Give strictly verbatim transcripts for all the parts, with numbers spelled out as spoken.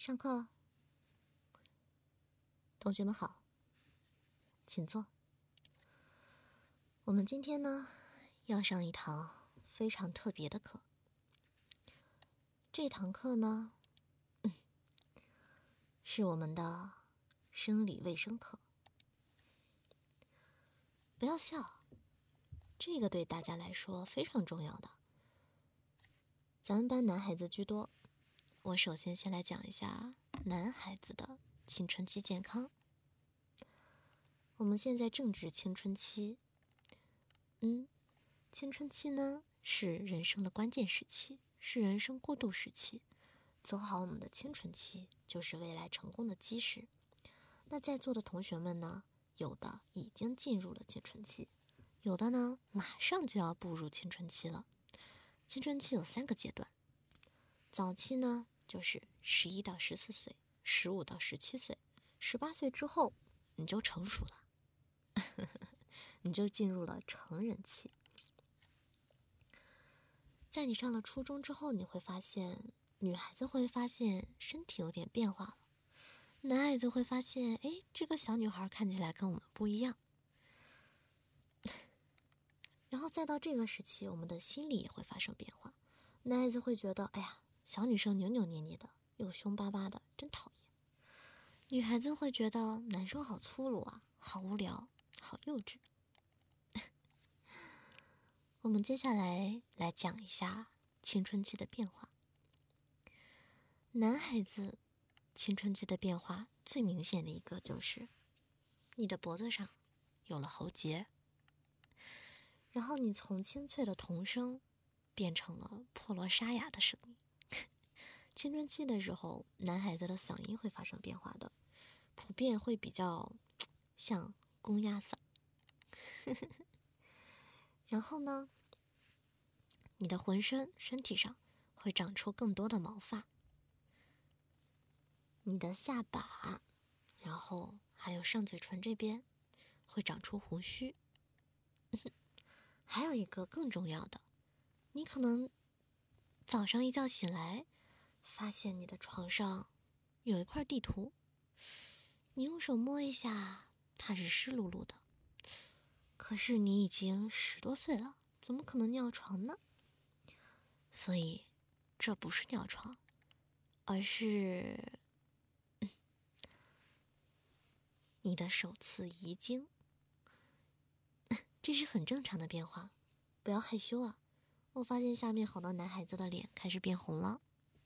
上课，同学们好，请坐。我们今天呢要上一堂非常特别的课。这堂课呢，嗯，是我们的生理卫生课。不要笑，这个对大家来说非常重要的。咱们班男孩子居多，我首先先来讲一下男孩子的青春期健康。我们现在正值青春期，嗯，青春期呢是人生的关键时期，是人生过渡时期。走好我们的青春期，就是未来成功的基石。那在座的同学们呢，有的已经进入了青春期，有的呢马上就要步入青春期了。青春期有三个阶段，早期呢就是十一到十四岁，十五到十七岁，十八岁之后你就成熟了，你就进入了成人期。在你上了初中之后，你会发现，女孩子会发现身体有点变化了，男孩子会发现，哎，这个小女孩看起来跟我们不一样。然后再到这个时期，我们的心理也会发生变化。男孩子会觉得，哎呀，小女生扭扭捏捏的，又凶巴巴的，真讨厌。女孩子会觉得男生好粗鲁啊，好无聊，好幼稚。我们接下来来讲一下青春期的变化。男孩子青春期的变化最明显的一个就是，你的脖子上有了喉结，然后你从清脆的童声变成了破锣沙哑的声音。青春期的时候，男孩子的嗓音会发生变化的，普遍会比较像公鸭嗓。然后呢，你的浑身身体上会长出更多的毛发，你的下巴，然后还有上嘴唇这边会长出胡须。还有一个更重要的，你可能早上一觉醒来，发现你的床上有一块地图，你用手摸一下，它是湿漉漉的。可是你已经十多岁了，怎么可能尿床呢？所以这不是尿床，而是、嗯、你的首次遗精。这是很正常的变化，不要害羞啊！我发现下面好多男孩子的脸开始变红了。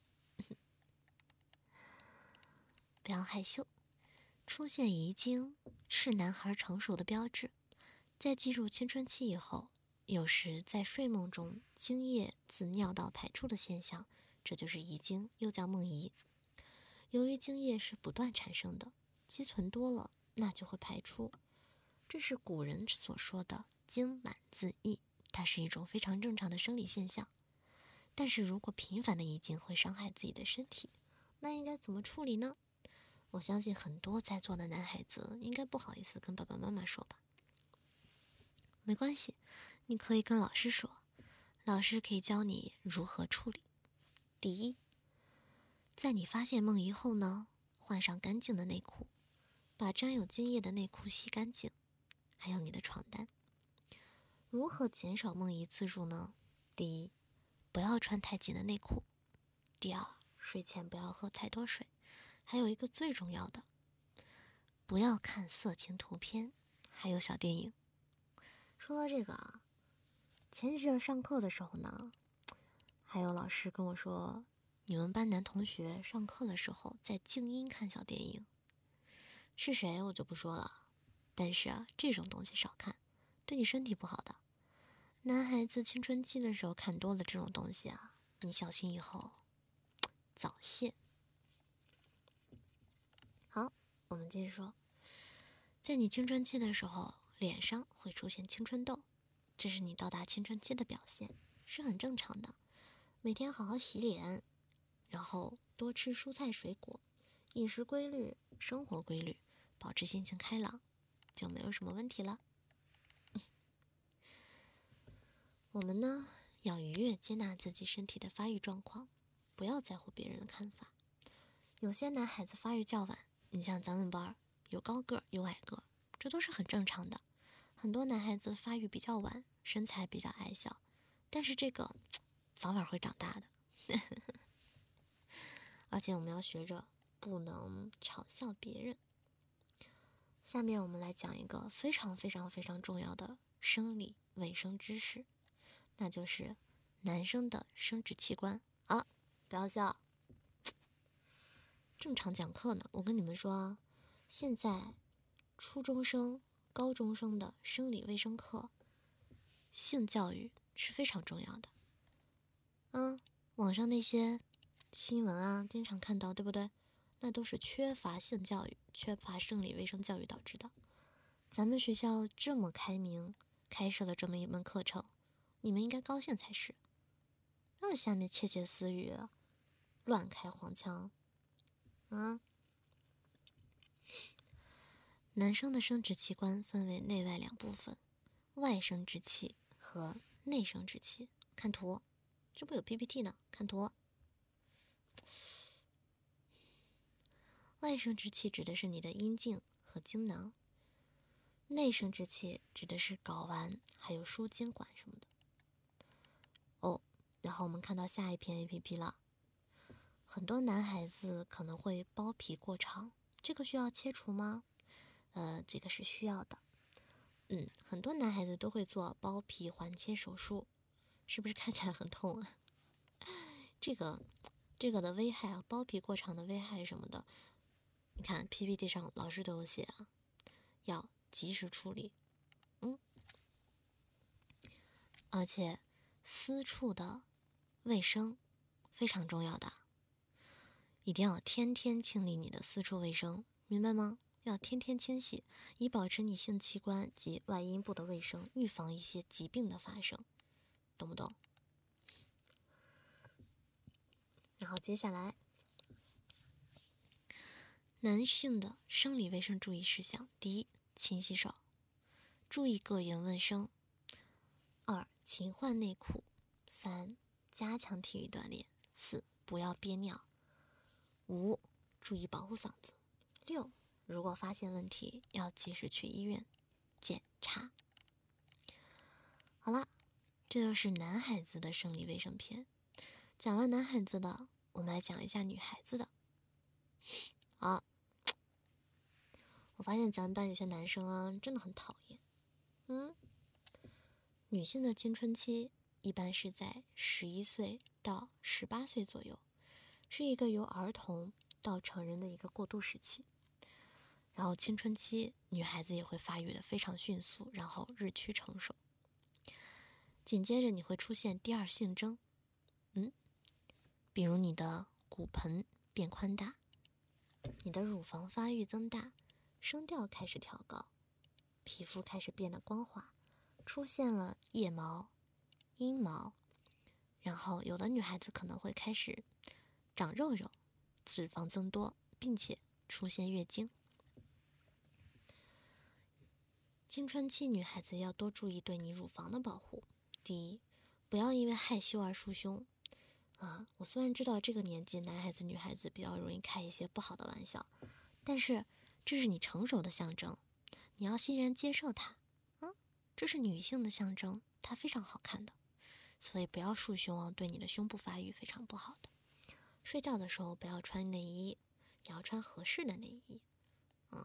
不要害羞，出现遗精是男孩成熟的标志。在进入青春期以后，有时在睡梦中精液自尿道排出的现象，这就是遗精，又叫梦遗。由于精液是不断产生的，积存多了，那就会排出。这是古人所说的精满自溢，它是一种非常正常的生理现象。但是如果频繁的遗精会伤害自己的身体，那应该怎么处理呢？我相信很多在座的男孩子应该不好意思跟爸爸妈妈说吧。没关系，你可以跟老师说，老师可以教你如何处理。第一，在你发现梦遗后呢，换上干净的内裤，把沾有精液的内裤洗干净，还有你的床单。如何减少梦遗次数呢？第一，不要穿太紧的内裤。第二，睡前不要喝太多水。还有一个最重要的，不要看色情图片，还有小电影。说到这个啊，前几阵上课的时候呢，还有老师跟我说，你们班男同学上课的时候在静音看小电影。是谁我就不说了，但是啊，这种东西少看，对你身体不好的。男孩子青春期的时候看多了这种东西啊，你小心以后早泄。好，我们接着说，在你青春期的时候，脸上会出现青春痘，这是你到达青春期的表现，是很正常的。每天好好洗脸，然后多吃蔬菜水果，饮食规律，生活规律，保持心情开朗，就没有什么问题了。我们呢，要愉悦接纳自己身体的发育状况，不要在乎别人的看法。 有些男孩子发育较晚，你像咱们班儿有高个儿有矮个儿，这都是很正常的。很多男孩子发育比较晚，身材比较矮小，但是这个早晚会长大的。而且我们要学着不能嘲笑别人。下面我们来讲一个非常非常非常重要的生理卫生知识，那就是男生的生殖器官啊！不要笑，正常讲课呢。我跟你们说，现在初中生、高中生的生理卫生课，性教育是非常重要的。嗯，网上那些新闻啊，经常看到，对不对？那都是缺乏性教育、缺乏生理卫生教育导致的。咱们学校这么开明，开设了这么一门课程，你们应该高兴才是。那下面窃窃私语，乱开黄腔啊！男生的生殖器官分为内外两部分，外生殖器和内生殖器。看图，这不有 P P T 呢？看图。外生殖器指的是你的阴茎和精囊，内生殖器指的是睾丸还有输精管什么的。哦，然后我们看到下一篇 A P P 了。很多男孩子可能会包皮过长，这个需要切除吗？呃，这个是需要的。嗯，很多男孩子都会做包皮环切手术，是不是看起来很痛啊？这个，这个的危害啊，包皮过长的危害什么的，你看 P P T 上老师都有写啊，要及时处理。嗯，而且私处的卫生非常重要的，一定要天天清理你的私处卫生，明白吗？要天天清洗，以保持你性器官及外阴部的卫生，预防一些疾病的发生，懂不懂？然后接下来，男性的生理卫生注意事项：第一，勤洗手，注意个人卫生；二，勤换内裤；三，加强体育锻炼；四，不要憋尿；五，注意保护嗓子；六，如果发现问题，要及时去医院检查。好了，这就是男孩子的生理卫生篇。讲完男孩子的，我们来讲一下女孩子的。好，我发现咱们班有些男生啊，真的很讨厌。嗯，女性的青春期一般是在十一岁到十八岁左右，是一个由儿童到成人的一个过渡时期。然后青春期女孩子也会发育的非常迅速，然后日趋成熟。紧接着你会出现第二性征，嗯，比如你的骨盆变宽大，你的乳房发育增大，声调开始调高，皮肤开始变得光滑，出现了腋毛、阴毛，然后有的女孩子可能会开始长肉肉，脂肪增多，并且出现月经。青春期女孩子要多注意对你乳房的保护。第一，不要因为害羞而束胸啊！我虽然知道这个年纪男孩子女孩子比较容易开一些不好的玩笑，但是这是你成熟的象征，你要欣然接受它。嗯，这是女性的象征，它非常好看的，所以不要束胸哦，对你的胸部发育非常不好的。睡觉的时候不要穿内衣，你要穿合适的内衣。嗯。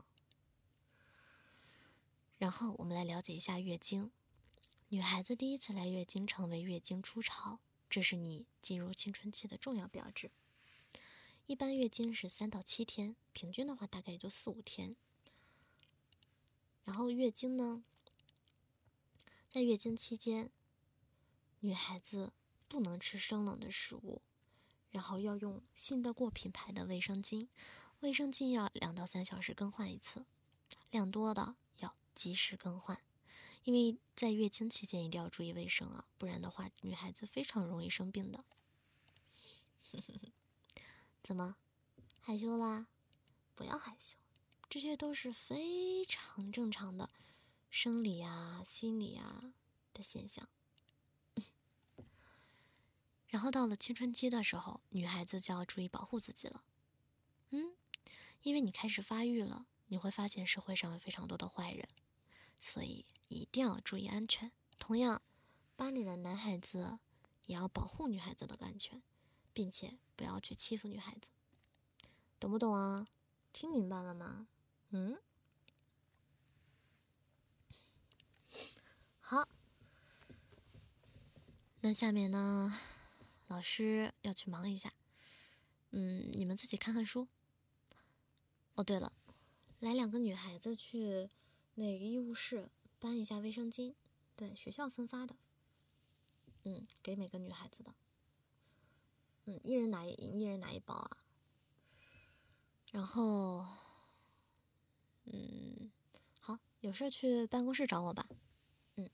然后我们来了解一下月经。女孩子第一次来月经称为月经初潮，这是你进入青春期的重要标志。一般月经是三到七天，平均的话大概也就四五天。然后月经呢，在月经期间，女孩子不能吃生冷的食物，然后要用信得过品牌的卫生巾，卫生巾要两到三小时更换一次，量多的要及时更换。因为在月经期间一定要注意卫生啊，不然的话女孩子非常容易生病的。怎么害羞啦？不要害羞，这些都是非常正常的生理啊、心理啊的现象。然后到了青春期的时候，女孩子就要注意保护自己了。 因为你开始发育了，你会发现社会上有非常多的坏人，所以一定要注意安全。同样，班里的男孩子也要保护女孩子的安全，并且不要去欺负女孩子，懂不懂啊？听明白了吗？嗯，好，那下面呢，老师要去忙一下，嗯，你们自己看看书。哦，对了，来两个女孩子去那个医务室搬一下卫生巾，对，学校分发的，嗯，给每个女孩子的，嗯，一人拿一一人拿一包啊。然后，嗯，好，有事去办公室找我吧。嗯，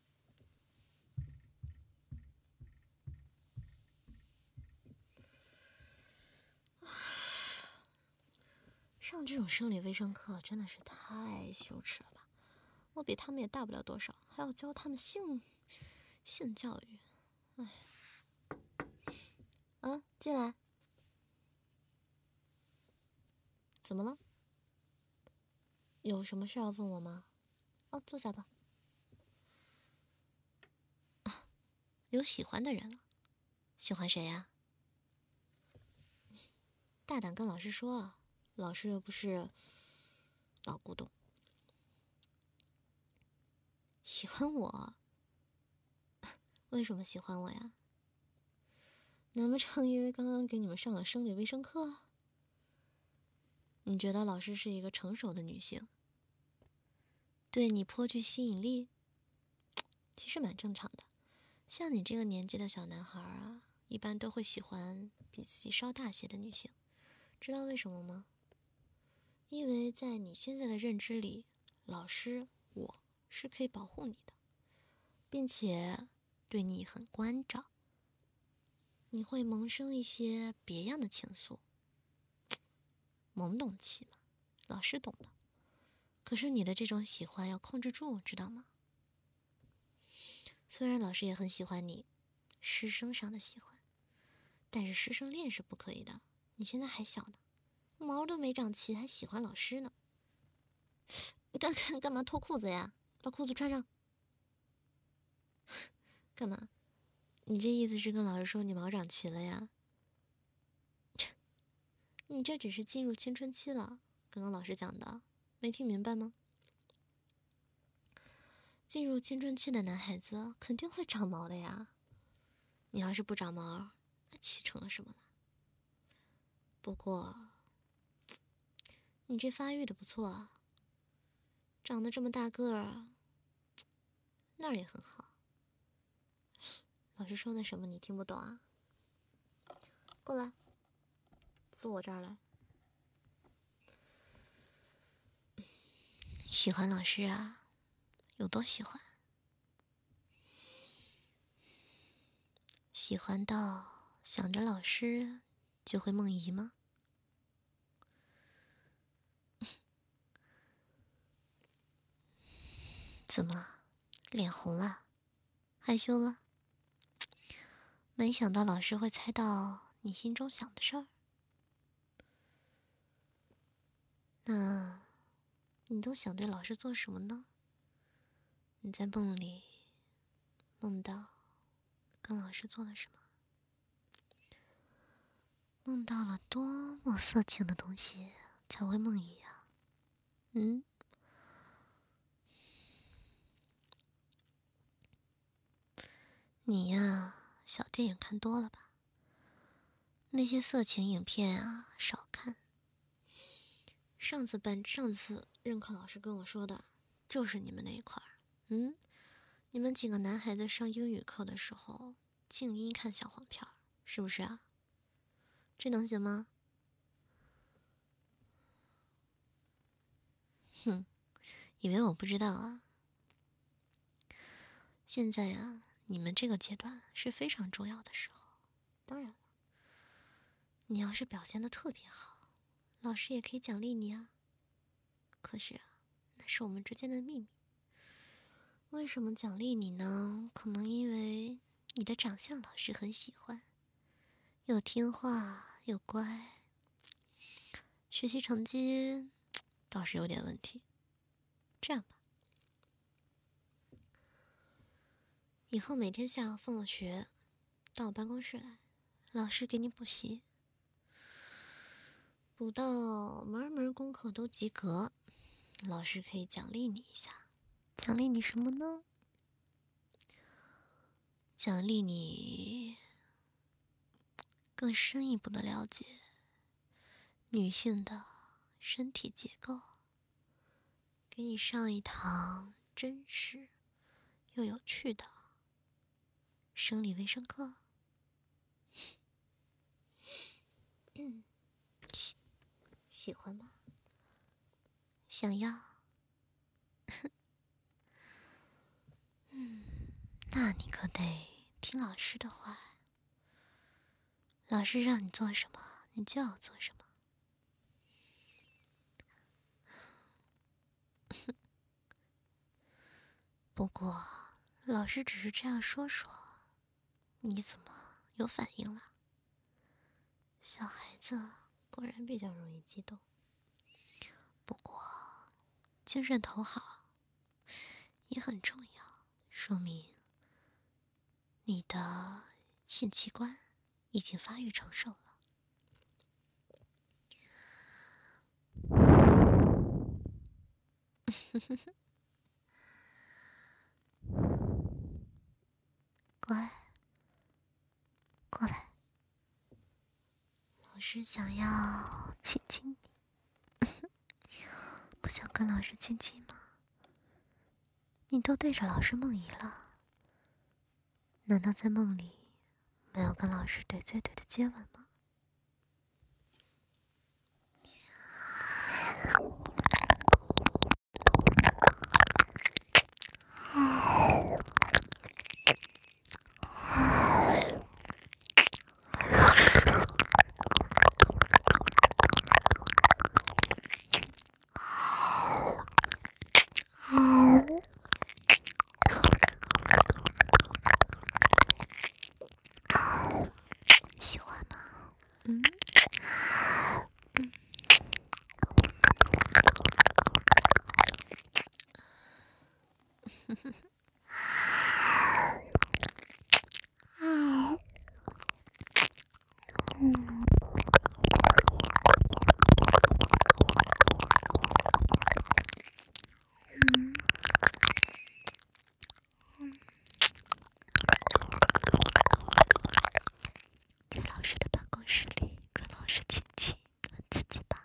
上这种生理卫生课真的是太羞耻了吧！我比他们也大不了多少，还要教他们性性教育，哎，啊，进来，怎么了？有什么事要问我吗？哦，坐下吧。有喜欢的人了，喜欢谁呀？大胆跟老师说啊，老师又不是老古董。喜欢我？为什么喜欢我呀？难不成因为刚刚给你们上了生理卫生课？你觉得老师是一个成熟的女性，对你颇具吸引力？其实蛮正常的。像你这个年纪的小男孩啊，一般都会喜欢比自己稍大些的女性，知道为什么吗？因为在你现在的认知里，老师我是可以保护你的，并且对你很关照，你会萌生一些别样的情愫。懵懂期嘛，老师懂的。可是你的这种喜欢要控制住，知道吗？虽然老师也很喜欢你，师生上的喜欢，但是师生恋是不可以的。你现在还小呢，毛都没长齐，还喜欢老师呢？干干干嘛脱裤子呀？把裤子穿上。干嘛？你这意思是跟老师说你毛长齐了呀？你这只是进入青春期了，刚刚老师讲的，没听明白吗？进入青春期的男孩子肯定会长毛的呀。你要是不长毛，那气成了什么了？不过，你这发育的不错啊，长得这么大个儿，那儿也很好。老师说的什么你听不懂啊？过来，坐我这儿来。喜欢老师啊，有多喜欢？喜欢到想着老师就会梦遗吗？怎么，脸红了？害羞了？没想到老师会猜到你心中想的事儿。那，你都想对老师做什么呢？你在梦里梦到跟老师做了什么？梦到了多么色情的东西才会梦遗啊？嗯？你呀，小电影看多了吧？那些色情影片啊，少看。上次班上次任课老师跟我说的，就是你们那一块儿。嗯，你们几个男孩子上英语课的时候，静音看小黄片儿，是不是啊？这能行吗？哼，以为我不知道啊？现在啊，你们这个阶段是非常重要的时候。当然了，你要是表现的特别好，老师也可以奖励你啊。可是啊，那是我们之间的秘密。为什么奖励你呢？可能因为你的长相老师很喜欢，又听话又乖， 学习成绩倒是有点问题。这样吧，以后每天下午放了学，到我办公室来，老师给你补习，补到门门功课都及格，老师可以奖励你一下。奖励你什么呢？奖励你更深一步的了解女性的身体结构，给你上一堂真实又有趣的生理卫生课。嗯，喜喜欢吗？想要？嗯，那你可得听老师的话。老师让你做什么，你就要做什么。不过，老师只是这样说说，你怎么有反应了？小孩子果然比较容易激动。不过，精神头好也很重要，说明你的性器官已经发育成熟了。乖，过来，老师想要亲亲你。不想跟老师亲亲吗？你都对着老师梦遗了，难道在梦里没有跟老师对嘴对的接吻吗？喜欢吗？嗯。在老师的办公室里跟老师亲亲，很刺激吧？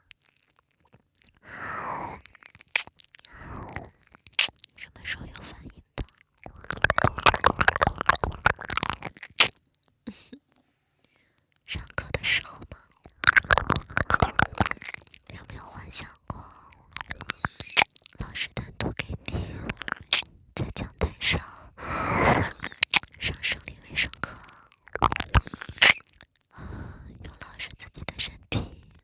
什么时候有反应的？上课的时候吗？有没有幻想过老师单独给你在讲台上上生理卫生课，用老师自己的身体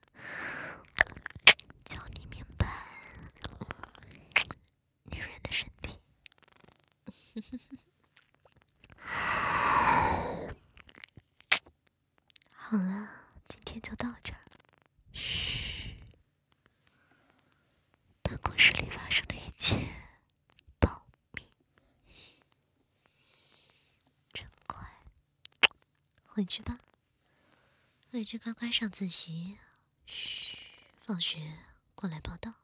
教你明白女人的身体？好了，今天就到这儿。嘘，办公室里发生的一切保密。真乖，回去吧，回去乖乖上自习。嘘，放学过来报到。